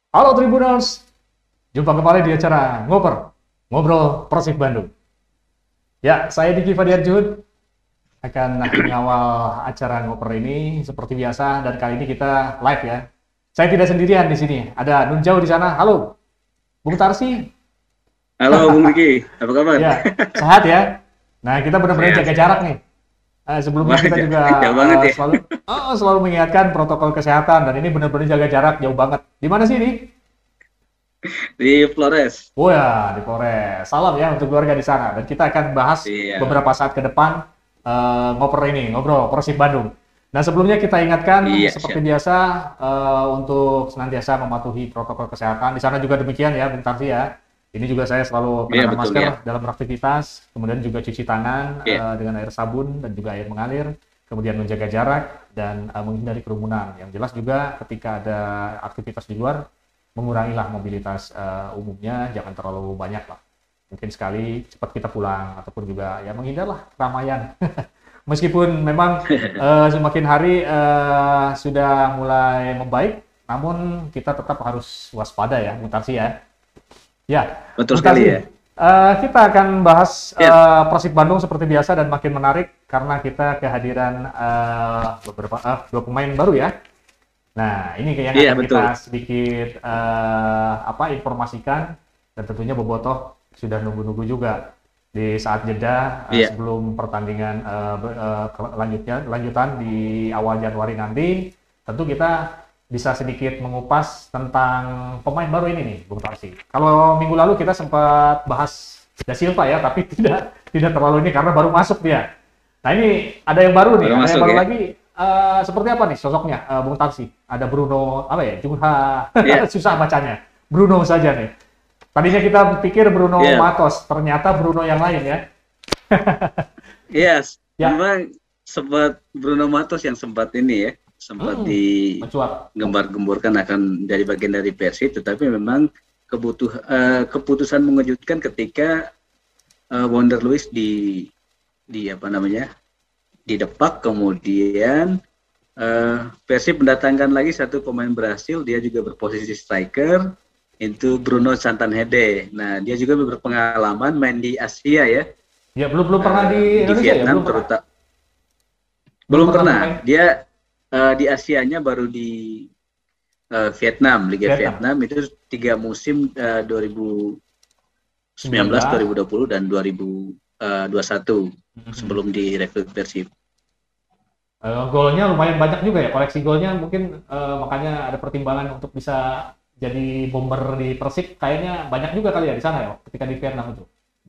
Halo Tribuners, jumpa kembali di acara Ngobrol Persib Bandung. Ya, saya Diki Fadiarjun akan mengawal acara ngoper ini seperti biasa dan kali ini kita live ya. Saya tidak sendirian di sini, ada Nunjau di sana. Halo, Bung Tarsi. Halo Bung Riki, apa kabar? Ya, sehat ya. Nah, kita benar-benar Sehat, jaga sehat. jarak nih. Sebelumnya Wah, kita juga jauh banget ya. selalu mengingatkan protokol kesehatan dan ini benar-benar jaga jarak jauh banget. Di mana sih ini? Di Flores. Oh ya, di Polres. Salam ya untuk keluarga di sana. Dan kita akan bahas Iya, beberapa saat ke depan ngobrol Persib Bandung. Nah sebelumnya kita ingatkan iya, seperti siap. biasa untuk senantiasa mematuhi protokol kesehatan. Di sana juga demikian ya, Bung Tarsi ya. Ini juga saya selalu Iya, kenakan betul masker ya. dalam beraktivitas, kemudian juga cuci tangan Iya, dengan air sabun dan juga air mengalir, kemudian menjaga jarak dan menghindari kerumunan. Yang jelas juga ketika ada aktivitas di luar mengurangilah mobilitas umumnya, jangan terlalu banyak lah. Mungkin sekali cepat kita pulang ataupun juga ya menghindarlah keramaian. Meskipun memang semakin hari sudah mulai membaik, namun kita tetap harus waspada ya, Bung Tarsi ya. Ya, betul Bung sekali ya. Tarsi, kita akan bahas Iya, Persib Bandung seperti biasa dan makin menarik karena kita kehadiran beberapa dua pemain baru ya. Nah, ini yang iya akan kita betul. sedikit informasikan dan tentunya Bobotoh sudah nunggu-nunggu juga di saat jeda Iya, sebelum pertandingan lanjutan di awal Januari nanti. Tentu kita bisa sedikit mengupas tentang pemain baru ini nih, Bung Tarsi. Kalau minggu lalu kita sempat bahas Da Silva ya, tapi tidak terlalu ini karena baru masuk dia. Nah ini ada yang baru nih, baru ada yang masuk baru ya. lagi. Seperti apa nih sosoknya, Bung Tarsi? Ada Bruno, apa ya, Junha, Iya, susah bacanya. Bruno saja nih. Tadinya kita pikir Bruno iya, Matos, ternyata Bruno yang lain ya. iya. Ya, Memang sempat Bruno Matos yang sempat ini ya, sempat mencuat. digembar-gemborkan akan dari bagian dari Persib, tetapi memang keputusan mengejutkan ketika Wonder Luis di apa namanya didepak, kemudian Persib mendatangkan lagi satu pemain Brasil, dia juga berposisi striker, itu Bruno Santanhede. Nah, dia juga berpengalaman main di Asia ya, Ya, belum belum pernah di di Indonesia ya, Vietnam belum pernah. terutama. Belum Belum pernah pernah, bermain dia di Asianya baru di Vietnam, Liga Vietnam. Vietnam itu 3 musim, 2019, 19. 2020 dan 2021 Mhm. sebelum direkrut Persib. Golnya lumayan banyak juga ya, koleksi golnya mungkin makanya ada pertimbangan untuk bisa jadi bomber di Persib kayaknya banyak juga kali ya di sana ya ketika di Vietnam itu.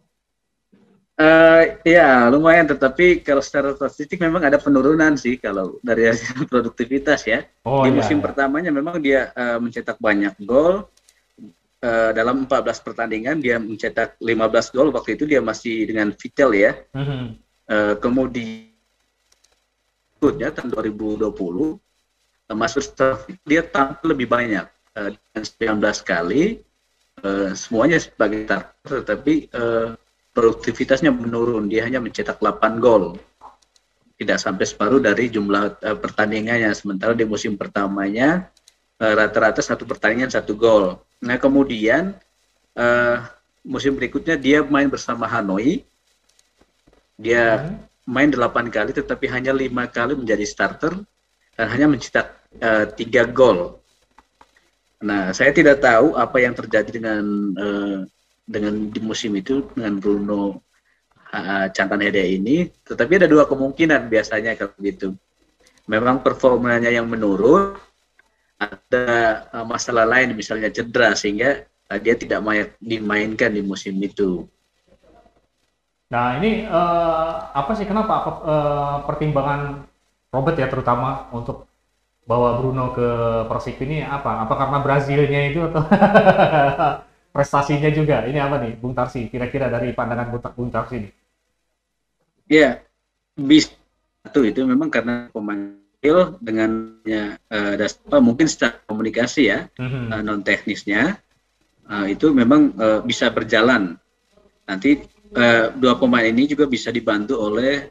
Ya lumayan, tetapi kalau secara statistik memang ada penurunan sih kalau dari hasil produktivitas ya. Oh Di iya musim ya. pertamanya memang dia mencetak banyak gol, dalam 14 pertandingan dia mencetak 15 gol, waktu itu dia masih dengan Vitel ya. Mhm. Kemudian tahun 2020 Mas Verstappen dia tampil lebih banyak, dengan 19 kali, semuanya sebagai starter, tetapi produktivitasnya menurun, dia hanya mencetak 8 gol, tidak sampai separuh dari jumlah pertandingannya, sementara di musim pertamanya rata-rata satu pertandingan satu gol. Nah kemudian uh, musim berikutnya dia main bersama Hanoi, dia Mhm. main 8 kali tetapi hanya 5 kali menjadi starter dan hanya mencetak 3 gol. Nah, saya tidak tahu apa yang terjadi dengan di musim itu dengan Bruno Cantanhede ini, tetapi ada dua kemungkinan biasanya kalau gitu. Memang performanya yang menurun, ada masalah lain misalnya cedera sehingga dia tidak dimainkan di musim itu. Nah, ini apa sih kenapa pertimbangan Robert ya terutama untuk bawa Bruno ke Persib ini apa? Apa karena Brazilnya itu atau prestasinya juga? Ini apa nih, Bung Tarsi? Kira-kira dari pandangan Bung Tarsi ini? Ya, bisa itu memang karena pemain dengannya mungkin secara komunikasi ya, Mhm. non teknisnya itu memang bisa berjalan. Nanti dua pemain ini juga bisa dibantu oleh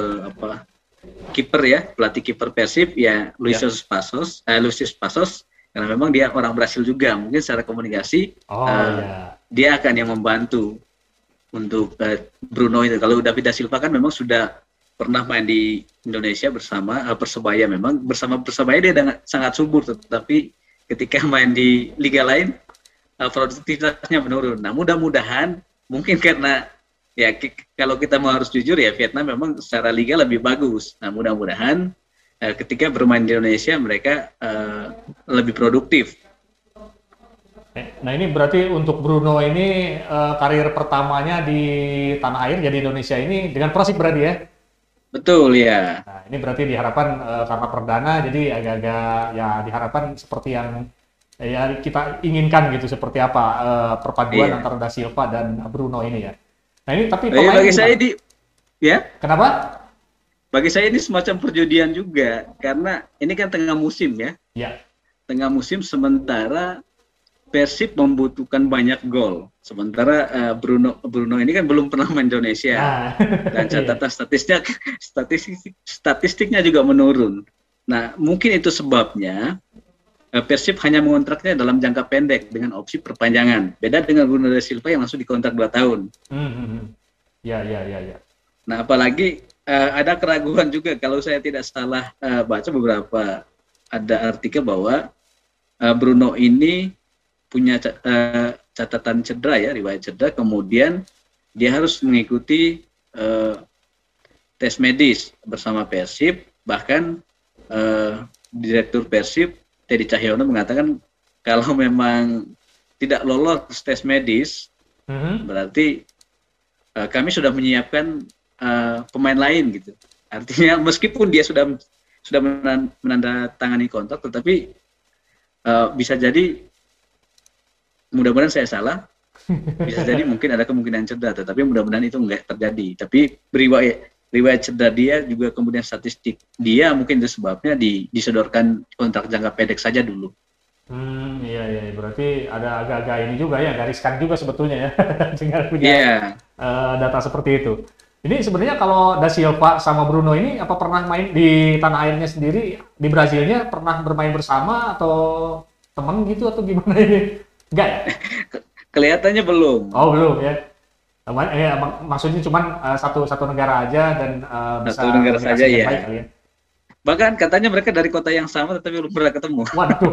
kiper ya, pelatih kiper Persib ya, Ya. Lucius Passos karena memang dia orang Brasil juga, mungkin secara komunikasi dia akan yang membantu untuk Bruno itu. Kalau David da Silva kan memang sudah pernah main di Indonesia bersama Persebaya, memang bersama Persebaya dia sangat subur, tetapi ketika main di liga lain produktivitasnya menurun. Nah, mudah-mudahan mungkin karena ya kalau kita mau harus jujur ya, Vietnam memang secara liga lebih bagus. Nah, mudah-mudahan ketika bermain di Indonesia mereka lebih produktif. Nah, ini berarti untuk Bruno ini karir pertamanya di tanah air, jadi Indonesia ini dengan Persib berarti ya? Betul ya. Nah, ini berarti diharapkan karena perdana, jadi agak-agak ya diharapkan seperti yang ya kita inginkan gitu, seperti apa perpaduan antara Da Silva dan Bruno ini ya. Nah ini tapi pemain bagi saya ya. Kenapa? Bagi saya ini semacam perjudian juga, karena ini kan tengah musim ya. Ya. Tengah musim, sementara Persib membutuhkan banyak gol. Sementara Bruno ini kan belum pernah main Indonesia. Dan catatan statistiknya juga menurun. Nah, mungkin itu sebabnya Persib hanya mengontraknya dalam jangka pendek dengan opsi perpanjangan. Beda dengan Bruno da Silva yang langsung dikontrak 2 tahun. Ya. Nah, apalagi ada keraguan juga, kalau saya tidak salah baca beberapa ada artikel bahwa Bruno ini punya catatan cedera ya, riwayat cedera, kemudian dia harus mengikuti tes medis bersama Persib, bahkan Direktur Persib Teddy Cahyono mengatakan kalau memang tidak lolos tes medis, berarti kami sudah menyiapkan pemain lain gitu. Artinya meskipun dia sudah menandatangani kontrak, tetapi bisa jadi, mudah-mudahan saya salah, bisa jadi mungkin ada kemungkinan cedera, tetapi mudah-mudahan itu enggak terjadi. Tapi riwayat cedera dia juga, kemudian statistik dia, mungkin itu sebabnya disodorkan kontrak jangka pendek saja dulu. Iya, berarti ada agak-agak ini juga ya, gariskan juga sebetulnya ya, dengan punya data seperti itu. Ini sebenarnya kalau Da Silva sama Bruno ini apa pernah main di tanah airnya sendiri, di Brazilnya pernah bermain bersama atau teman gitu atau gimana ini? Enggak ya? Kelihatannya belum. Oh, belum ya. Maksudnya cuma satu negara aja dan bisa satu negara saja ya. Baik kali ya. Bahkan katanya mereka dari kota yang sama tetapi belum pernah ketemu. Waduh.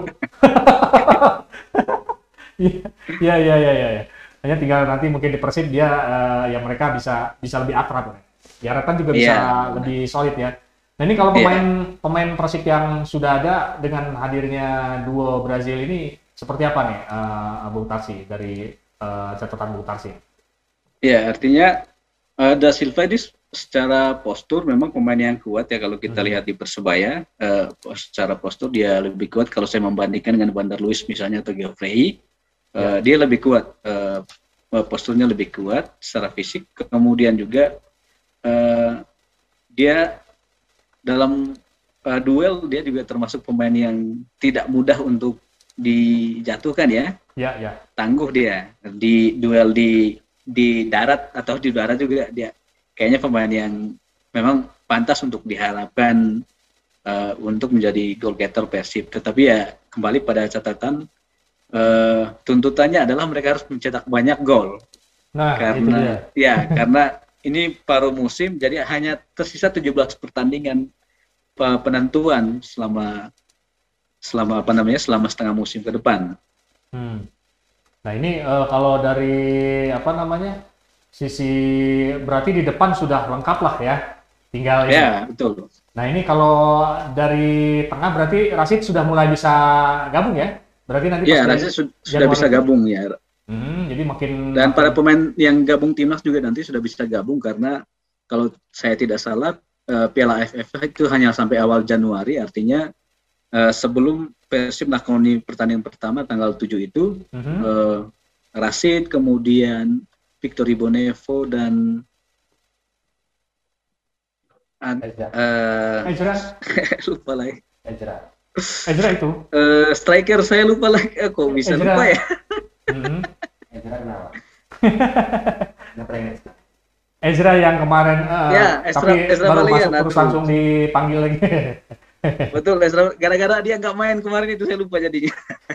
Iya. Hanya tinggal nanti mungkin di Persib dia ya mereka bisa lebih akrab. Diharapkan juga bisa lebih solid ya. Nah, ini kalau pemain Persib yang sudah ada dengan hadirnya duo Brazil ini seperti apa nih, Bung Tarsi, dari catatan Bung Tarsi? Ya, artinya Da Silva ini secara postur memang pemain yang kuat ya, kalau kita lihat di Persebaya, secara postur dia lebih kuat. Kalau saya membandingkan dengan Vander Luiz misalnya atau Geoffrey, dia lebih kuat, posturnya lebih kuat secara fisik. Kemudian juga dia dalam duel dia juga termasuk pemain yang tidak mudah untuk dijatuhkan ya. Ya. Tangguh dia di duel di darat atau di udara juga, dia kayaknya pemain yang memang pantas untuk diharapkan untuk menjadi goal getter Persib. Tetapi ya kembali pada catatan, tuntutannya adalah mereka harus mencetak banyak gol. Nah, karena karena ini paruh musim, jadi hanya tersisa 17 pertandingan penentuan selama setengah musim ke depan. Nah, ini kalau dari sisi berarti di depan sudah lengkap lah ya, tinggal ya. Betul. Nah, ini kalau dari tengah berarti Rashid sudah mulai bisa gabung ya, berarti nanti Rashid sudah bisa gabung ya. Jadi dan para pemain yang gabung timnas juga nanti sudah bisa gabung, karena kalau saya tidak salah Piala AFF itu hanya sampai awal Januari, artinya sebelum Persib melakoni pertandingan pertama tanggal 7 itu, Rashid, kemudian Victor Ibonevo dan Ezra lupa lagi. Ezra itu striker saya lupa lagi, kok bisa Ezra. Lupa ya. Ezra kenapa? Ezra yang kemarin Ezra baru Valian, masuk terus langsung dipanggil lagi. Betul, gara-gara dia nggak main kemarin itu saya lupa jadinya.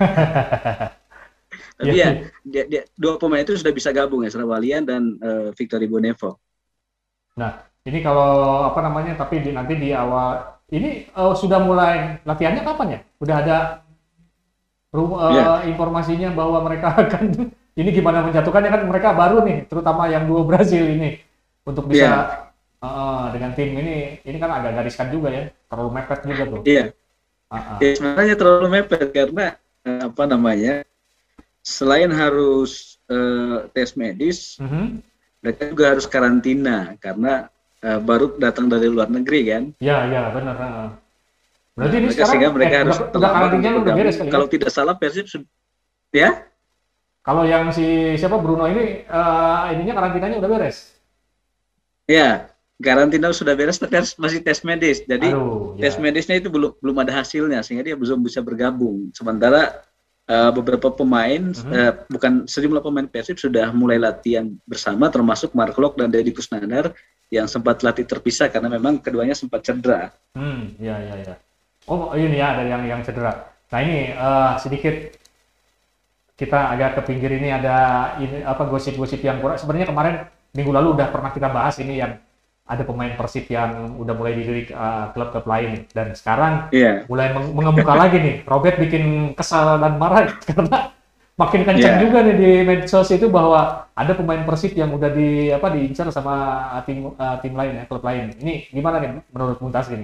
Tapi Iya, ya, iya. dua pemain itu sudah bisa gabung ya, Walian dan Victor Ibonevo. Nah, ini kalau apa namanya, tapi nanti di awal ini sudah mulai latihannya kapan ya? Udah ada Ya, informasinya bahwa mereka akan ini gimana menjatuhkannya, kan mereka baru nih, terutama yang dua Brazil ini untuk bisa ya, dengan tim ini kan agak gariskan juga ya, terlalu mepet juga tuh. iya. Uh, uh. Ya, sebenarnya terlalu mepet karena apa namanya? Selain harus tes medis, Mhm. mereka juga harus karantina karena baru datang dari luar negeri kan. Ya, ya benar. Berarti Nah, ini mereka sekarang sehingga mereka udah harus udah terlambat untuk karantinanya udah beres bergabung. kali ya? Kalau tidak salah Persib ya, Kalau yang si siapa Bruno ini ininya karantinanya udah beres. ya, karantina sudah beres tapi masih tes medis. Jadi Aduh, tes ya. medisnya itu belum ada hasilnya sehingga dia belum bisa bergabung. Sementara beberapa pemain, Mhm. bukan sejumlah pemain Persib sudah mulai latihan bersama, termasuk Mark Lok dan Deddy Kusnandar yang sempat latih terpisah karena memang keduanya sempat cedera. Ya, ya, ya. Oh, ini ya ada yang cedera. Nah ini sedikit kita agak ke pinggir, ini ada ini apa gosip-gosip yang kurang. Sebenarnya kemarin minggu lalu udah pernah kita bahas ini yang ada pemain Persib yang udah mulai dilirik klub-klub lain, dan sekarang Iya, mulai mengemuka lagi nih. Robert bikin kesal dan marah karena makin kencang iya. juga nih di medsos itu bahwa ada pemain Persib yang udah diincar sama tim lain ya, klub lain. Ini gimana nih menurut Bung Tas ini?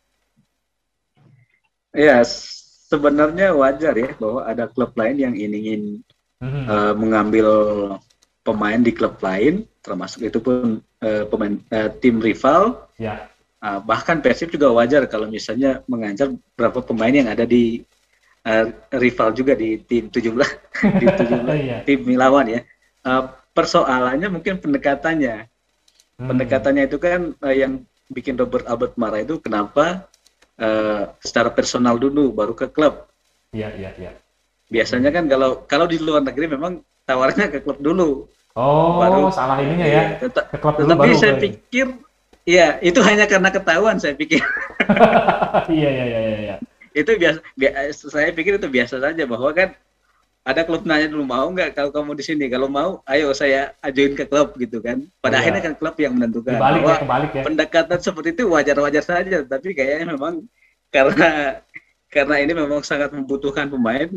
Ya, sebenarnya wajar ya bahwa ada klub lain yang ingin Mhm. mengambil pemain di klub lain, termasuk itu pun pemain tim rival. Ya. Bahkan Persib juga wajar kalau misalnya mengancam beberapa pemain yang ada di rival juga di tim 17 di 17 Iya. tim lawan ya. Persoalannya mungkin pendekatannya. Hmm. Pendekatannya itu kan yang bikin Robert Albert marah itu kenapa secara personal dulu baru ke klub. Iya, iya, iya. Biasanya Hmm. kan kalau kalau di luar negeri memang tawarnya ke klub dulu, Oh, baru salah ininya ya. iya. Ke klub dulu Tetapi baru ke. saya pikir ya itu hanya karena ketahuan saya pikir. Iya, iya, iya, iya, iya. Itu saya pikir itu biasa saja bahwa kan ada klub nanya dulu mau nggak kalau kamu di sini, kalau mau ayo saya ajuin ke klub gitu kan. Oh Pada akhirnya iya. kan klub yang menentukan Dibalik ya, bahwa kebalik ya. pendekatan seperti itu wajar-wajar saja, tapi kayaknya memang karena ini memang sangat membutuhkan pemain,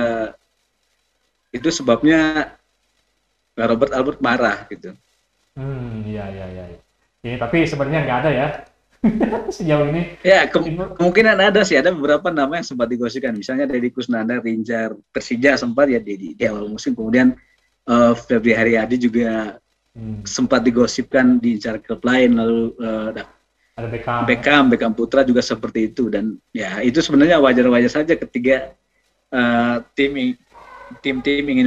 itu sebabnya Robert Albert marah gitu. Iya, iya, iya, iya. Ini tapi sebenarnya nggak ada ya sejauh ini. Ya, Info- kemungkinan ada sih, ada beberapa nama yang sempat digosipkan. Misalnya Deddy Kusnandar, Rinjar Persija sempat ya di awal musim. Kemudian Febri Haryadi juga Hmm, sempat digosipkan diincar klub lain. Lalu ada Beckham. Beckham Putra juga seperti itu. Dan ya itu sebenarnya wajar-wajar saja ketika eh, tim tim-tim ingin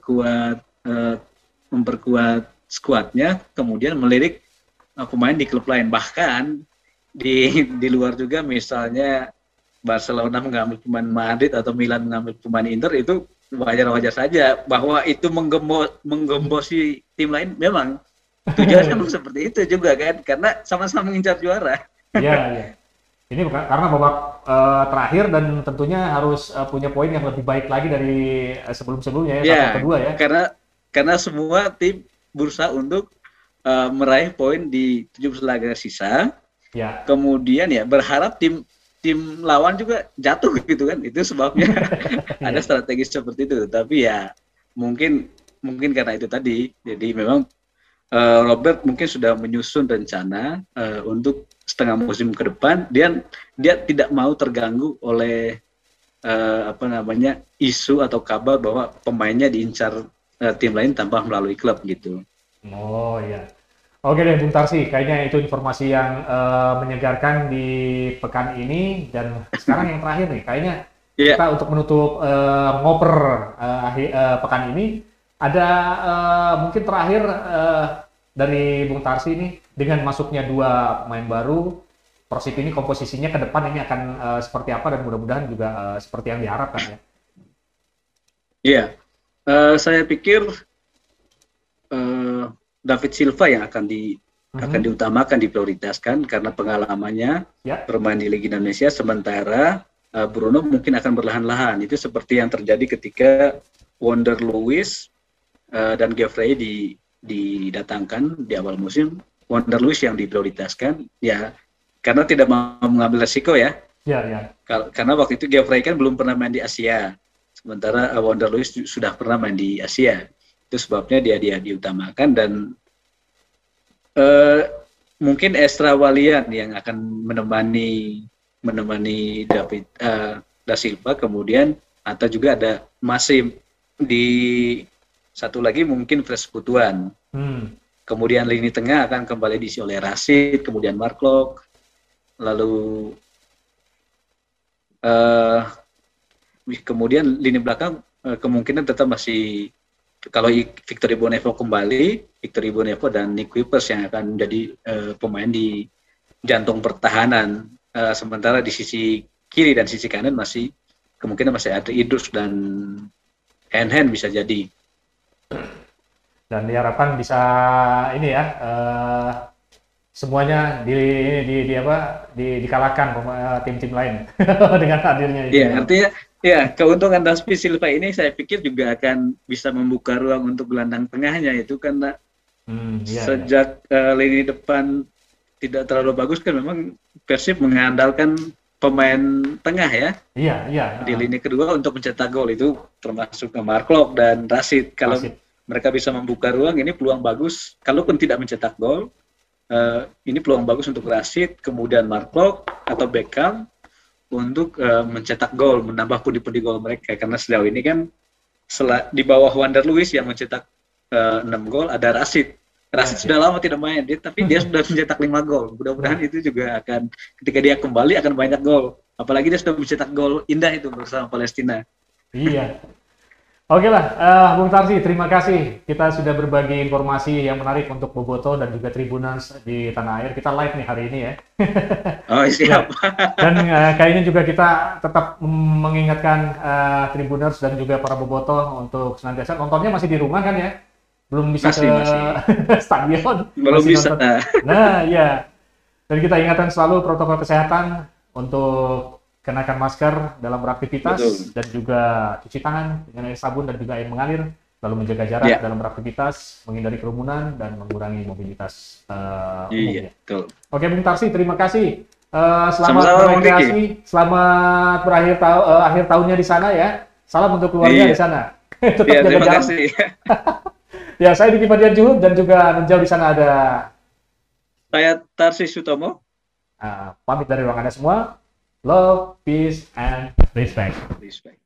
memperkuat skuadnya, kemudian melirik pemain di klub lain. Bahkan di luar juga, misalnya Barcelona mengambil pemain Madrid atau Milan mengambil pemain Inter, itu wajar-wajar saja bahwa itu menggembosi tim lain. Memang tujuannya memang seperti itu juga kan, karena sama-sama mengincar juara. Iya, iya. Ini karena babak terakhir dan tentunya harus punya poin yang lebih baik lagi dari sebelum-sebelumnya ya, satu Ya, atau dua ya. karena semua tim berusaha untuk meraih poin di 17 laga sisa. Ya. Kemudian ya berharap tim tim lawan juga jatuh gitu kan, itu sebabnya ada Iya. strategi seperti itu. Tapi ya mungkin mungkin karena itu tadi, jadi memang Robert mungkin sudah menyusun rencana untuk setengah musim ke depan, dia tidak mau terganggu oleh apa namanya, isu atau kabar bahwa pemainnya diincar tim lain tanpa melalui klub gitu. Oh iya. Oke deh, Bung Tarsi, kayaknya itu informasi yang menyegarkan di pekan ini. Dan sekarang yang terakhir nih, kayaknya Ya, kita untuk menutup ngoper pekan ini, ada mungkin terakhir dari Bung Tarsi ini, dengan masuknya dua pemain baru, Persib ini komposisinya ke depan ini akan seperti apa, dan mudah-mudahan juga seperti yang diharapkan ya. ya. Saya pikir David Silva yang akan akan diutamakan, diprioritaskan karena pengalamannya bermain di Liga Indonesia, sementara Bruno mungkin akan berlahan-lahan. Itu seperti yang terjadi ketika Wonder Luiz dan Geoffrey didatangkan di awal musim. Wonder Luiz yang diprioritaskan, ya karena tidak mau mengambil resiko ya. Karena waktu itu Geoffrey kan belum pernah main di Asia, sementara Wonder Luiz sudah pernah main di Asia. Itu sebabnya dia diutamakan, dan mungkin Estra Walian yang akan menemani David Da Silva, kemudian atau juga ada masih di satu lagi mungkin Fresh Putuan. Kemudian lini tengah akan kembali diisi oleh Rashid, kemudian Mark Locke, lalu kemudian lini belakang kemungkinan tetap masih, kalau Victor Ibonevo kembali, Victor Ibonevo dan Nick Kuipers yang akan menjadi pemain di jantung pertahanan. Sementara di sisi kiri dan sisi kanan kemungkinan masih ada Idrus dan Hen bisa jadi. Dan diharapkan bisa ini ya, semuanya dikalahkan tim-tim lain dengan hadirnya ini. Iya, artinya ya keuntungan Daspi Silva ini saya pikir juga akan bisa membuka ruang untuk gelandang tengahnya, itu karena sejak lini depan tidak terlalu bagus kan memang Persib mengandalkan pemain tengah ya. Di lini kedua untuk mencetak gol itu termasuk Mark Locke dan Rashid. Kalau mereka bisa membuka ruang, ini peluang bagus. Kalaupun tidak mencetak gol, ini peluang bagus untuk Rashid, kemudian Mark Locke atau Beckham untuk mencetak gol, menambah pundi-pundi gol mereka. Karena sejauh ini kan di bawah Wonder Luiz yang mencetak 6 gol ada Rashid. Rashid sudah lama tidak main, tapi dia sudah mencetak 5 gol. Mudah-mudahan itu juga akan, ketika dia kembali akan banyak gol. Apalagi dia sudah mencetak gol indah itu bersama Palestina. Iya. Oke lah, Bung Tarsi, terima kasih. Kita sudah berbagi informasi yang menarik untuk Boboto dan juga Tribuners di tanah air. Kita live nih hari ini ya. Oh siap. Dan kayaknya juga kita tetap mengingatkan Tribuners dan juga para Boboto untuk senantiasa nontonnya masih di rumah kan ya? Belum bisa masih. Stadion. Belum bisa. Nah ya. Dan kita ingatkan selalu protokol kesehatan untuk kenakan masker dalam beraktivitas. Betul. Dan juga cuci tangan dengan air sabun dan juga air mengalir, lalu menjaga jarak dalam beraktivitas, menghindari kerumunan dan mengurangi mobilitas umum. Betul. Oke Bung Tarsi, terima kasih. Selamat berekreasi, selamat akhir tahunnya di sana ya. Salam untuk keluarga di sana. Tetap jaga terima jarak. Kasih. Ya, saya Diki Fadian Juhud dan juga menjauh di sana ada saya Tarsis Sutomo. Pamit dari ruang Anda semua. Love, peace, and respect.